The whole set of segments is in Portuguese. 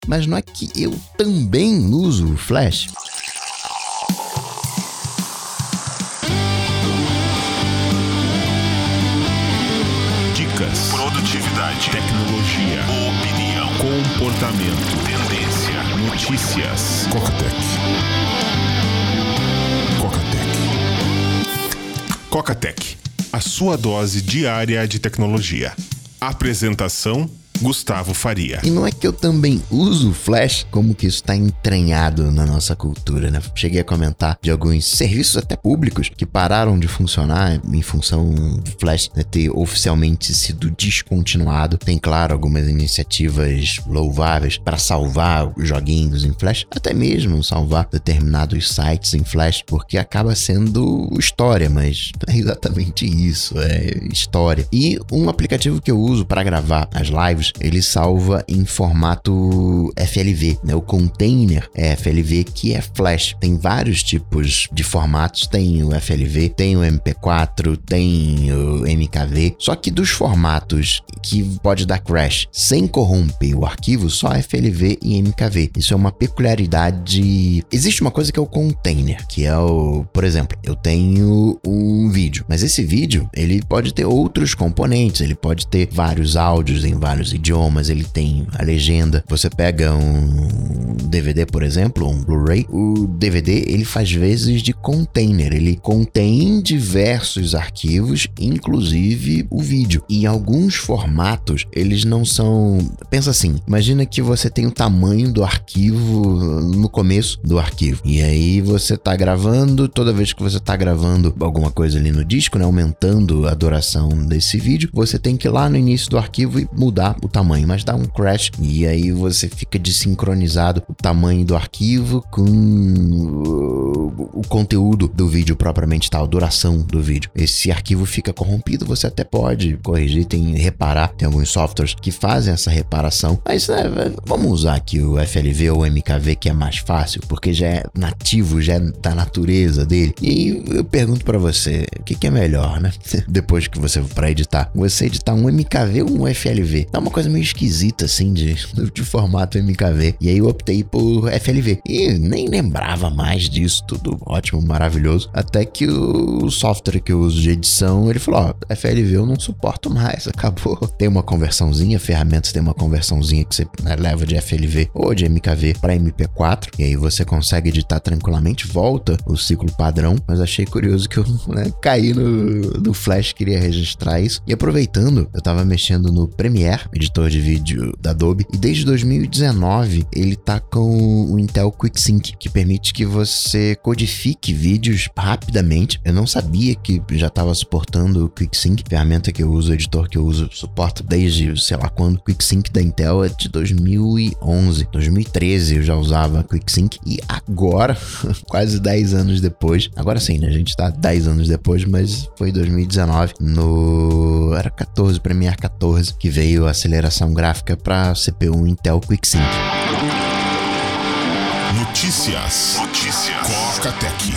Mas não é que eu também uso o Flash? Dicas, produtividade, tecnologia, opinião, comportamento, tendência, notícias. Coca-Tech, a sua dose diária de tecnologia. Apresentação: Gustavo Faria. E não é que eu também uso Flash, como que isso está entranhado na nossa cultura, né? Cheguei a comentar de alguns serviços até públicos que pararam de funcionar em função do Flash, né, ter oficialmente sido descontinuado. Tem, claro, algumas iniciativas louváveis para salvar os joguinhos em Flash, até mesmo salvar determinados sites em Flash, porque acaba sendo história, mas é exatamente isso, é história. E um aplicativo que eu uso para gravar as lives, ele salva em formato FLV, né? O container é FLV, que é Flash. Tem vários tipos de formatos, tem o FLV, tem o MP4, tem o MKV, só que dos formatos que pode dar crash sem corromper o arquivo, só FLV e MKV. Isso é uma peculiaridade. Existe uma coisa que é o container, que é o, por exemplo, eu tenho um vídeo, mas esse vídeo, ele pode ter outros componentes, ele pode ter vários áudios em vários idiomas, ele tem a legenda. Você pega um DVD, por exemplo, um Blu-ray, o DVD ele faz vezes de container, ele contém diversos arquivos, inclusive o vídeo. E alguns formatos, eles não são... Pensa assim, imagina que você tem o tamanho do arquivo no começo do arquivo, e aí você tá gravando, toda vez que você tá gravando alguma coisa ali no disco, né, aumentando a duração desse vídeo, você tem que ir lá no início do arquivo e mudar o tamanho, mas dá um crash e aí você fica desincronizado o tamanho do arquivo com o conteúdo do vídeo propriamente tal, a duração do vídeo. Esse arquivo fica corrompido, você até pode corrigir, reparar, tem alguns softwares que fazem essa reparação, mas vamos usar aqui o FLV ou o MKV, que é mais fácil, porque já é nativo, já é da natureza dele. E eu pergunto pra você, o que é melhor, né? Depois que você for pra editar, você editar um MKV ou um FLV? É uma coisa meio esquisita, assim, de formato MKV. E aí eu optei por FLV. E nem lembrava mais disso, tudo ótimo, maravilhoso. Até que o software que eu uso de edição, ele falou, FLV eu não suporto mais, acabou. Tem uma conversãozinha, ferramentas tem uma conversãozinha que você, né, leva de FLV ou de MKV para MP4. E aí você consegue editar tranquilamente, volta o ciclo padrão. Mas achei curioso que eu, né, caí no Flash, queria registrar isso. E aproveitando, eu tava mexendo no Premiere, editor de vídeo da Adobe, e desde 2019 ele tá com o Intel QuickSync, que permite que você codifique vídeos rapidamente. Eu não sabia que já estava suportando o QuickSync, ferramenta que eu uso, editor que eu uso, suporta desde sei lá quando. O QuickSync da Intel é de 2011, 2013 eu já usava QuickSync, e agora, quase 10 anos depois, agora sim, né, a gente tá 10 anos depois, mas foi 2019, era 14, Premiere 14, que veio a aceleração gráfica para CPU Intel QuickSync. Notícias. Coca-Tech.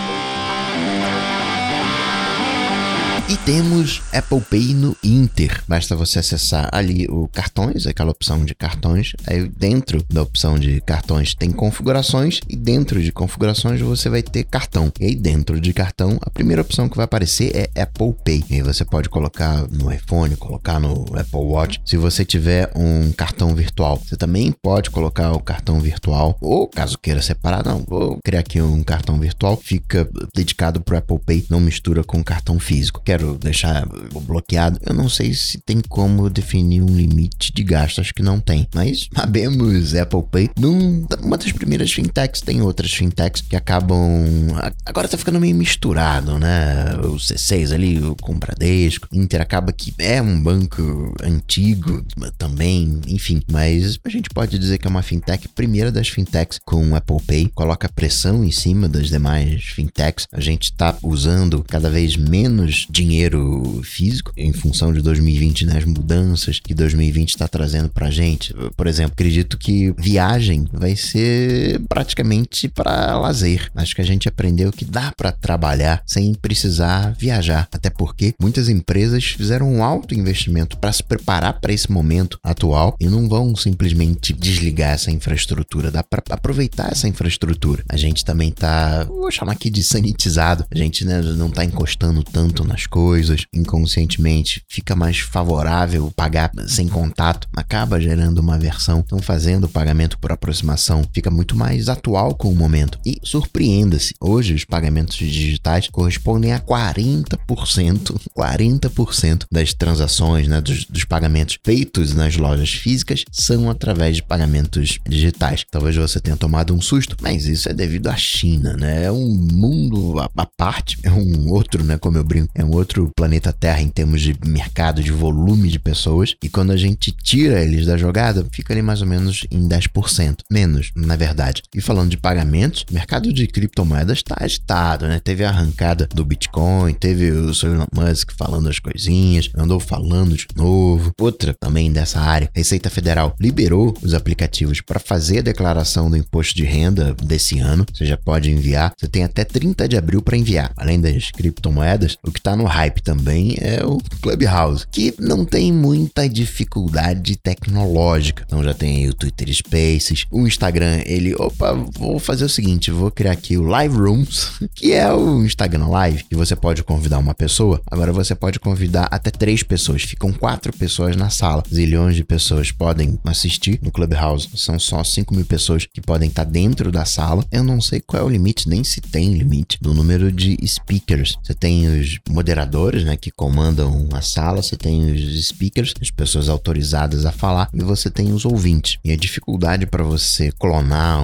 E temos Apple Pay no Inter. Basta você acessar ali o cartões, aquela opção de cartões. Aí dentro da opção de cartões tem configurações, e dentro de configurações você vai ter cartão. E aí dentro de cartão, a primeira opção que vai aparecer é Apple Pay. E aí você pode colocar no iPhone, colocar no Apple Watch. Se você tiver um cartão virtual, você também pode colocar o cartão virtual. Ou caso queira separar, não, vou criar aqui um cartão virtual, fica dedicado para o Apple Pay, não mistura com cartão físico. Quero deixar bloqueado. Eu não sei se tem como definir um limite de gasto, acho que não tem, mas sabemos Apple Pay uma das primeiras fintechs. Tem outras fintechs que acabam, agora tá ficando meio misturado, né? O C6 ali, o Bradesco, Inter acaba que é um banco antigo também, enfim, mas a gente pode dizer que é uma fintech, primeira das fintechs com Apple Pay, coloca pressão em cima das demais fintechs. A gente tá usando cada vez menos dinheiro dinheiro físico em função de 2020, né? As mudanças que 2020 está trazendo pra gente. Por exemplo, acredito que viagem vai ser praticamente para lazer. Acho que a gente aprendeu que dá para trabalhar sem precisar viajar. Até porque muitas empresas fizeram um alto investimento para se preparar para esse momento atual e não vão simplesmente desligar essa infraestrutura. Dá para aproveitar essa infraestrutura. A gente também tá, vou chamar aqui de sanitizado. A gente, né, não tá encostando tanto nas coisas. Inconscientemente fica mais favorável pagar sem contato. Acaba gerando uma aversão. Então, fazendo o pagamento por aproximação fica muito mais atual com o momento. E surpreenda-se, hoje os pagamentos digitais correspondem a 40% das transações, né, dos pagamentos feitos nas lojas físicas são através de pagamentos digitais. Talvez você tenha tomado um susto, mas isso é devido à China, né? É um mundo à parte, é um outro, né, como eu brinco, é um outro planeta Terra em termos de mercado, de volume de pessoas, e quando a gente tira eles da jogada, fica ali mais ou menos em 10%, menos, na verdade. E falando de pagamentos, o mercado de criptomoedas está agitado, né? Teve a arrancada do Bitcoin, teve o Elon Musk falando as coisinhas, andou falando de novo. Outra também dessa área, a Receita Federal liberou os aplicativos para fazer a declaração do imposto de renda desse ano. Você já pode enviar, você tem até 30 de abril para enviar. Além das criptomoedas, o que está no hype também é o Clubhouse, que não tem muita dificuldade tecnológica. Então já tem aí o Twitter Spaces, o Instagram, vou fazer o seguinte, vou criar aqui o Live Rooms, que é o Instagram Live, que você pode convidar uma pessoa. Agora você pode convidar até 3 pessoas, ficam 4 pessoas na sala. Zilhões de pessoas podem assistir no Clubhouse, são só 5.000 pessoas que podem estar dentro da sala. Eu não sei qual é o limite, nem se tem limite do número de speakers. Você tem os moderadores, né, que comandam a sala, você tem os speakers, as pessoas autorizadas a falar, e você tem os ouvintes. E a dificuldade para você clonar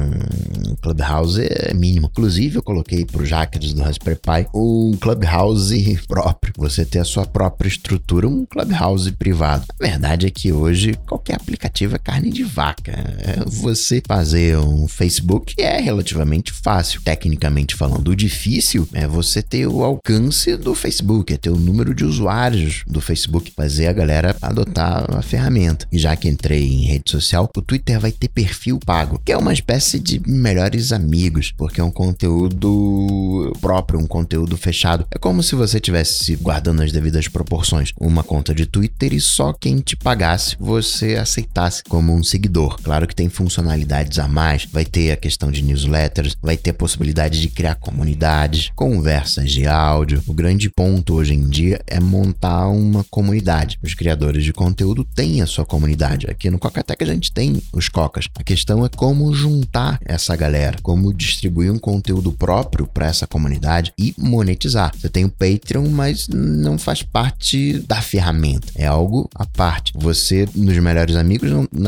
um Clubhouse é mínima. Inclusive, eu coloquei pro Jaques do Raspberry Pi um Clubhouse próprio. Você ter a sua própria estrutura, um Clubhouse privado. A verdade é que hoje qualquer aplicativo é carne de vaca. Você fazer um Facebook é relativamente fácil, tecnicamente falando. O difícil é você ter o alcance do Facebook, é ter o número de usuários do Facebook, fazer a galera adotar a ferramenta. E já que entrei em rede social, o Twitter vai ter perfil pago, que é uma espécie de melhores amigos, porque é um conteúdo próprio, um conteúdo fechado. É como se você estivesse guardando as devidas proporções, uma conta de Twitter e só quem te pagasse você aceitasse como um seguidor. Claro que tem funcionalidades a mais, vai ter a questão de newsletters, vai ter a possibilidade de criar comunidades, conversas de áudio. O grande ponto hoje em dia é montar uma comunidade. Os criadores de conteúdo têm a sua comunidade. Aqui no Coca-Tech a gente tem os Cocas. A questão é como juntar essa galera, como distribuir um conteúdo próprio para essa comunidade e monetizar. Você tem o Patreon, mas não faz parte da ferramenta. É algo à parte. Você, nos melhores amigos,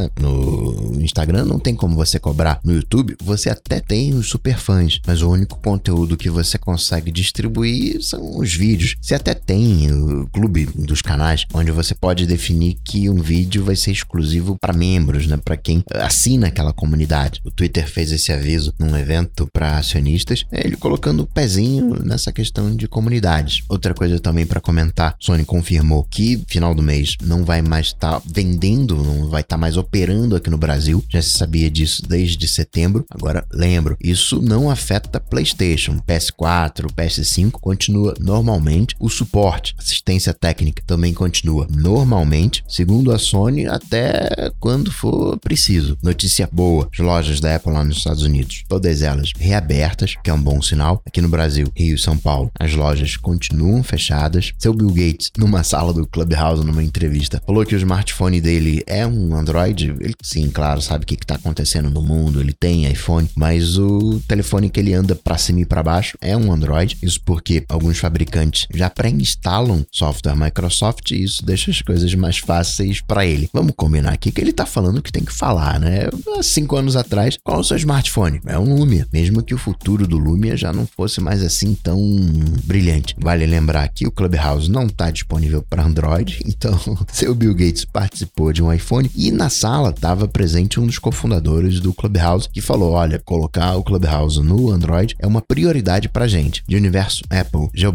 no Instagram, não tem como você cobrar. No YouTube, você até tem os superfãs, mas o único conteúdo que você consegue distribuir são os vídeos. Você até tem o clube dos canais, onde você pode definir que um vídeo vai ser exclusivo para membros, né? Para quem assina aquela comunidade. O Twitter fez esse aviso num evento para acionistas, ele colocando o pezinho nessa questão de comunidades. Outra coisa também para comentar, Sony confirmou que final do mês não vai mais estar vendendo, não vai estar mais operando aqui no Brasil. Já se sabia disso desde setembro. Agora, lembro, isso não afeta PlayStation, PS4, PS5 continua normalmente. O suporte, assistência técnica também continua normalmente, segundo a Sony, até quando for preciso. Notícia boa, as lojas da Apple lá nos Estados Unidos, todas elas reabertas, que é um bom sinal. Aqui no Brasil, Rio e São Paulo, as lojas continuam fechadas. Seu Bill Gates, numa sala do Clubhouse, numa entrevista, falou que o smartphone dele é um Android. Ele, sim, claro, sabe o que está acontecendo no mundo, ele tem iPhone, mas o telefone que ele anda para cima e para baixo é um Android. Isso porque alguns fabricantes já pré-instalam software Microsoft e isso deixa as coisas mais fáceis para ele. Vamos combinar aqui que ele tá falando o que tem que falar, né? Há 5 anos atrás, qual é o seu smartphone? É um Lumia. Mesmo que o futuro do Lumia já não fosse mais assim tão brilhante. Vale lembrar que o Clubhouse não está disponível para Android, então seu Bill Gates participou de um iPhone e na sala estava presente um dos cofundadores do Clubhouse que falou, olha, colocar o Clubhouse no Android é uma prioridade pra gente. De universo Apple, jailbreak para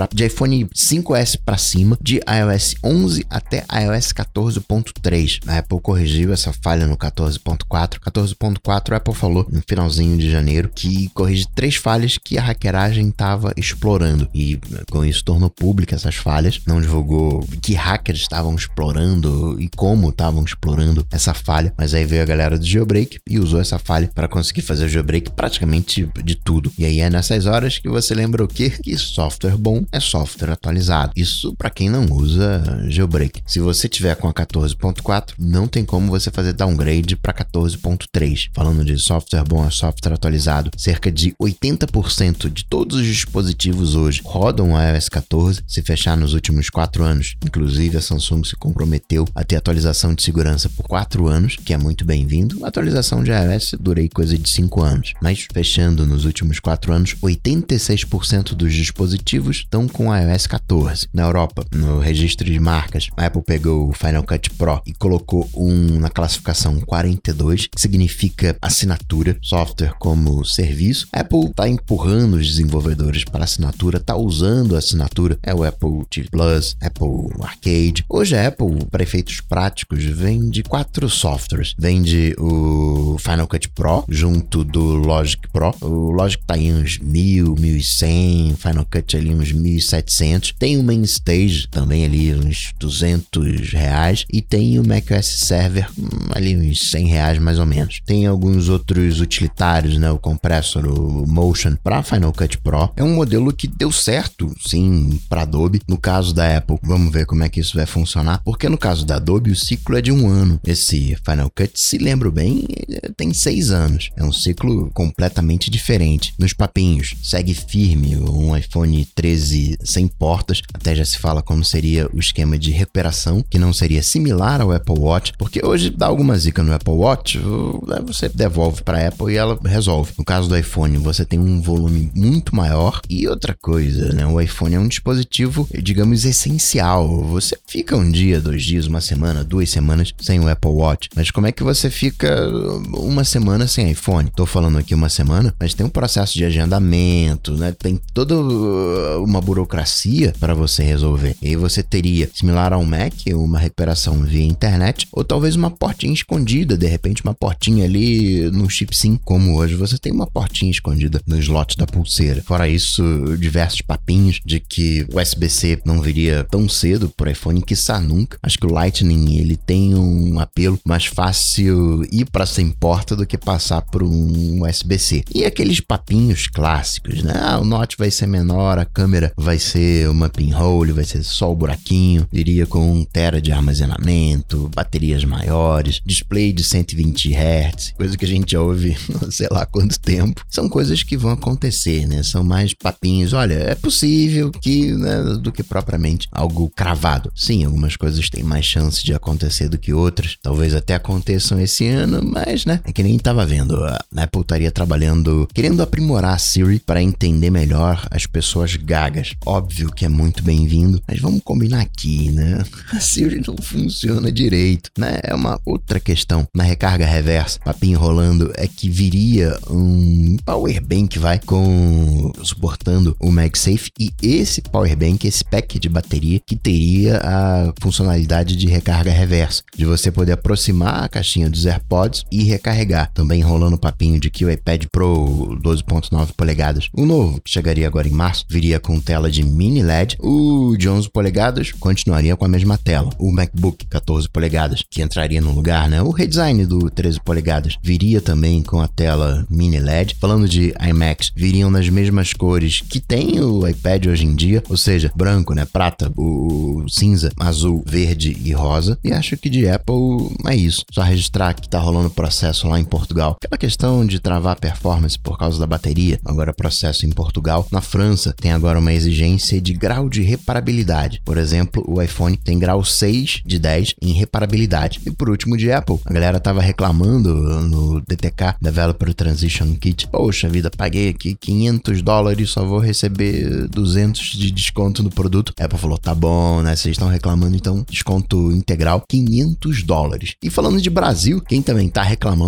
de iPhone 5S para cima, de iOS 11 até iOS 14.3. A Apple corrigiu essa falha no 14.4. 14.4 a Apple falou no finalzinho de janeiro que corrige 3 falhas que a hackeragem estava explorando, e com isso tornou pública essas falhas. Não divulgou que hackers estavam explorando e como estavam explorando essa falha, mas aí veio a galera do jailbreak e usou essa falha para conseguir fazer o jailbreak praticamente de tudo. E aí é nessas horas que você lembra o quê? Que software bom é software atualizado. Isso para quem não usa jailbreak. Se você tiver com a 14.4, não tem como você fazer downgrade para 14.3. Falando de software bom é software atualizado, cerca de 80% de todos os dispositivos hoje rodam o iOS 14, se fechar nos últimos 4 anos. Inclusive a Samsung se comprometeu a ter atualização de segurança por 4 anos, que é muito bem-vindo. A atualização de iOS durei coisa de 5 anos, mas fechando nos últimos 4 anos, 86% dos dispositivos estão com iOS 14. Na Europa, no registro de marcas, a Apple pegou o Final Cut Pro e colocou na classificação 42, que significa assinatura, software como serviço. A Apple está empurrando os desenvolvedores para a assinatura, está usando a assinatura. É o Apple TV Plus, Apple Arcade. Hoje a Apple, para efeitos práticos, vende 4 softwares. Vende o Final Cut Pro junto do Logic Pro. O Logic tá em uns 1.000, 1.100, Final Cut ali uns 1.700. Tem o Mainstage também ali uns R$200 e tem o macOS Server ali uns R$100 mais ou menos. Tem alguns outros utilitários, né? O Compressor, o Motion para Final Cut Pro. É um modelo que deu certo, sim, para Adobe. No caso da Apple, vamos ver como é que isso vai funcionar, porque no caso da Adobe o ciclo é de 1 ano. Esse Final Cut, se lembro bem, tem 6 anos. É um ciclo completamente diferente. Nos papinhos, segue firme um iPhone 13 sem portas. Até já se fala como seria o esquema de recuperação, que não seria similar ao Apple Watch, porque hoje dá alguma zica no Apple Watch, você devolve para a Apple e ela resolve. No caso do iPhone, você tem um volume muito maior. E outra coisa, né? O iPhone é um dispositivo, digamos, essencial. Você fica um dia, 2 dias, 1 semana, 2 semanas sem o Apple Watch, mas como é que você fica 1 semana sem iPhone? Tô falando aqui 1 semana, mas tem um processo de agendamento, né? Tem toda uma burocracia para você resolver. E aí você teria, similar ao Mac, uma recuperação via internet, ou talvez uma portinha escondida, de repente uma portinha ali no chip SIM, como hoje você tem uma portinha escondida no slot da pulseira. Fora isso, diversos papinhos de que o USB-C não viria tão cedo por iPhone, quiçá nunca. Acho que o Lightning, ele tem um apelo mais fácil ir para sem porta do que passar por um USB-C. E aqueles papinhos clássicos, né? O Note vai ser menor, a câmera vai ser uma pinhole, vai ser só o buraquinho, iria com 1 TB de armazenamento, baterias maiores, display de 120 Hz, coisa que a gente já ouve sei lá quanto tempo. São coisas que vão acontecer, né? São mais papinhos. Olha, é possível que, né, do que propriamente algo cravado. Sim, algumas coisas têm mais chance de acontecer do que outras. Talvez até aconteçam esse ano, mas, né, é que nem tava vendo. A Apple estaria trabalhando, querendo aprimorar a Siri para entender melhor as pessoas gagas. Óbvio que é muito bem-vindo, mas vamos combinar aqui, né? A Siri não funciona direito, né? É uma outra questão. Na recarga reversa, papinho rolando, é que viria um power bank, suportando o MagSafe, e esse power bank, esse pack de bateria, que teria a funcionalidade de recarga reversa, de você poder aproximar a caixinha dos AirPods e recarregar. Também rolando o papinho de que o iPad Pro 12.9 polegadas, o novo, que chegaria agora em março, viria com tela de mini LED. O de 11 polegadas continuaria com a mesma tela. O MacBook 14 polegadas, que entraria no lugar, né? O redesign do 13 polegadas viria também com a tela mini LED. Falando de iMacs, viriam nas mesmas cores que tem o iPad hoje em dia, ou seja, branco, né? Prata, o cinza, azul, verde e rosa. E acho que de Apple é isso. Só registrar que tá rolando processo lá em Portugal. Aquela questão de travar a performance por causa da bateria, agora processo em Portugal. Na França tem agora uma exigência de grau de reparabilidade. Por exemplo, o iPhone tem grau 6 de 10 em reparabilidade. E por último, de Apple, a galera tava reclamando no DTK, Developer Transition Kit. Poxa vida, paguei aqui $500, só vou receber 200 de desconto no produto. A Apple falou, tá bom, né? Vocês estão reclamando, então desconto integral $500. E falando de Brasil, quem também tá reclamando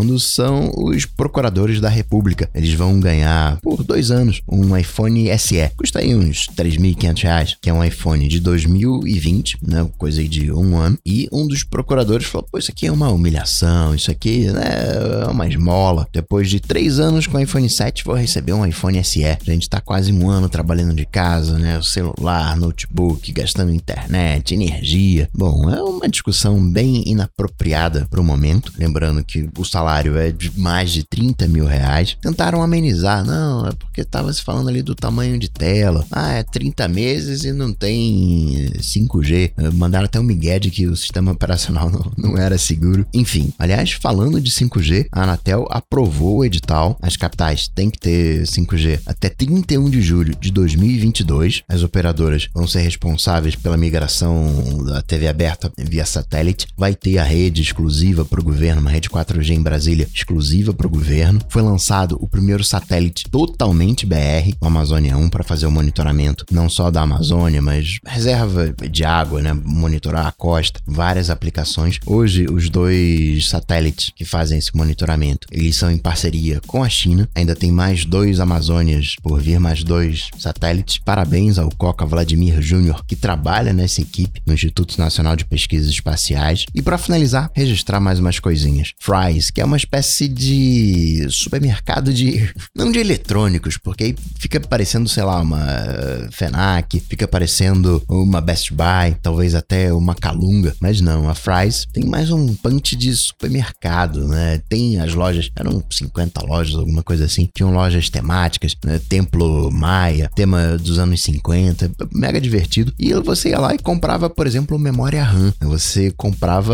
segundo são os procuradores da República. Eles vão ganhar, por 2 anos, um iPhone SE. Custa aí uns R$3.500, que é um iPhone de 2020, né? Coisa aí de 1 ano. E um dos procuradores falou, pô, isso aqui é uma humilhação, isso aqui, né, é uma esmola. Depois de 3 anos com o iPhone 7, vou receber um iPhone SE. A gente tá quase 1 ano trabalhando de casa, né? O celular, notebook, gastando internet, energia. Bom, é uma discussão bem inapropriada pro momento. Lembrando que o salário é de mais de R$30.000. Tentaram amenizar. Não, é porque tava se falando ali do tamanho de tela. É 30 meses e não tem 5G. Mandaram até um migué de que o sistema operacional não era seguro. Enfim, aliás, falando de 5G, a Anatel aprovou o edital. As capitais têm que ter 5G até 31 de julho de 2022. As operadoras vão ser responsáveis pela migração da TV aberta via satélite. Vai ter a rede exclusiva para o governo, uma rede 4G em Brasília exclusiva para o governo. Foi lançado o primeiro satélite totalmente BR, o Amazônia 1, para fazer o monitoramento não só da Amazônia, mas reserva de água, né? Monitorar a costa, várias aplicações. Hoje, os 2 satélites que fazem esse monitoramento, eles são em parceria com a China. Ainda tem mais 2 Amazônias por vir, mais 2 satélites. Parabéns ao Coca Vladimir Júnior, que trabalha nessa equipe no Instituto Nacional de Pesquisas Espaciais. E para finalizar, registrar mais umas coisinhas. Fry's, que é uma espécie de supermercado não de eletrônicos, porque aí fica parecendo, sei lá, uma FENAC, fica parecendo uma Best Buy, talvez até uma Calunga, mas não, a Fry's tem mais um punch de supermercado, né? Tem as lojas, eram 50 lojas, alguma coisa assim, tinham lojas temáticas, né? Templo Maia, tema dos anos 50, mega divertido. E você ia lá e comprava, por exemplo, memória RAM. Você comprava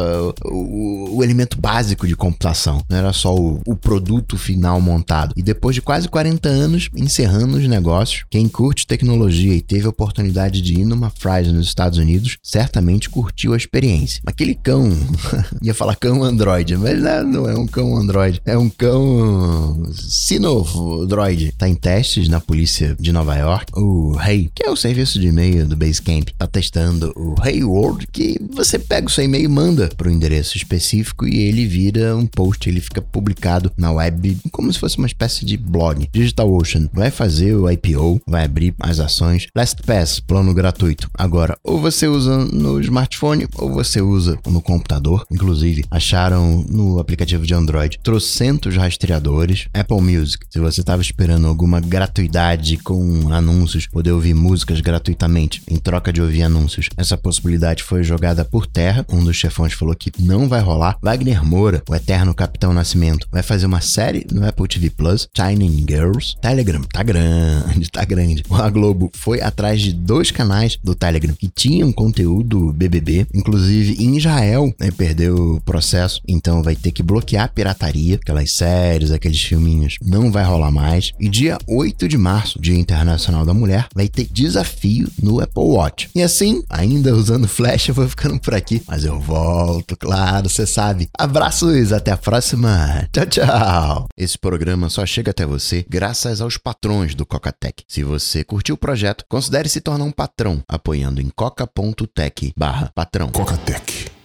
o elemento básico de computação, não era só o produto final montado. E depois de quase 40 anos encerrando os negócios, quem curte tecnologia e teve a oportunidade de ir numa Fry's nos Estados Unidos, certamente curtiu a experiência. Aquele cão, ia falar cão Android, mas não é um cão Android, é um cão Sino-Droid. Tá em testes na polícia de Nova York. O Hey, que é o serviço de e-mail do Basecamp, tá testando o Hey World, que você pega o seu e-mail e manda para um endereço específico e ele vira um post, ele fica publicado na web como se fosse uma espécie de blog. DigitalOcean vai fazer o IPO, vai abrir as ações. LastPass, plano gratuito. Agora, ou você usa no smartphone ou você usa no computador. Inclusive, acharam no aplicativo de Android trocentos rastreadores. Apple Music, se você estava esperando alguma gratuidade com anúncios, poder ouvir músicas gratuitamente em troca de ouvir anúncios, essa possibilidade foi jogada por terra. Um dos chefões falou que não vai rolar. Wagner Moura, o eterno Capitão Nascimento, vai fazer uma série no Apple TV Plus, Shining Girls. Telegram, tá grande. A Globo foi atrás de 2 canais do Telegram que tinham conteúdo BBB, inclusive em Israel, né, perdeu o processo, então vai ter que bloquear a pirataria, aquelas séries, aqueles filminhos, não vai rolar mais. E dia 8 de março, Dia Internacional da Mulher, vai ter desafio no Apple Watch. E assim, ainda usando Flash, eu vou ficando por aqui, mas eu volto, claro, você sabe. Abraços, até a próxima. Tchau, tchau. Esse programa só chega até você graças aos patrões do Coca-Tech. Se você curtiu o projeto, considere se tornar um patrão, apoiando em coca.tech/patrão. Coca-Tech.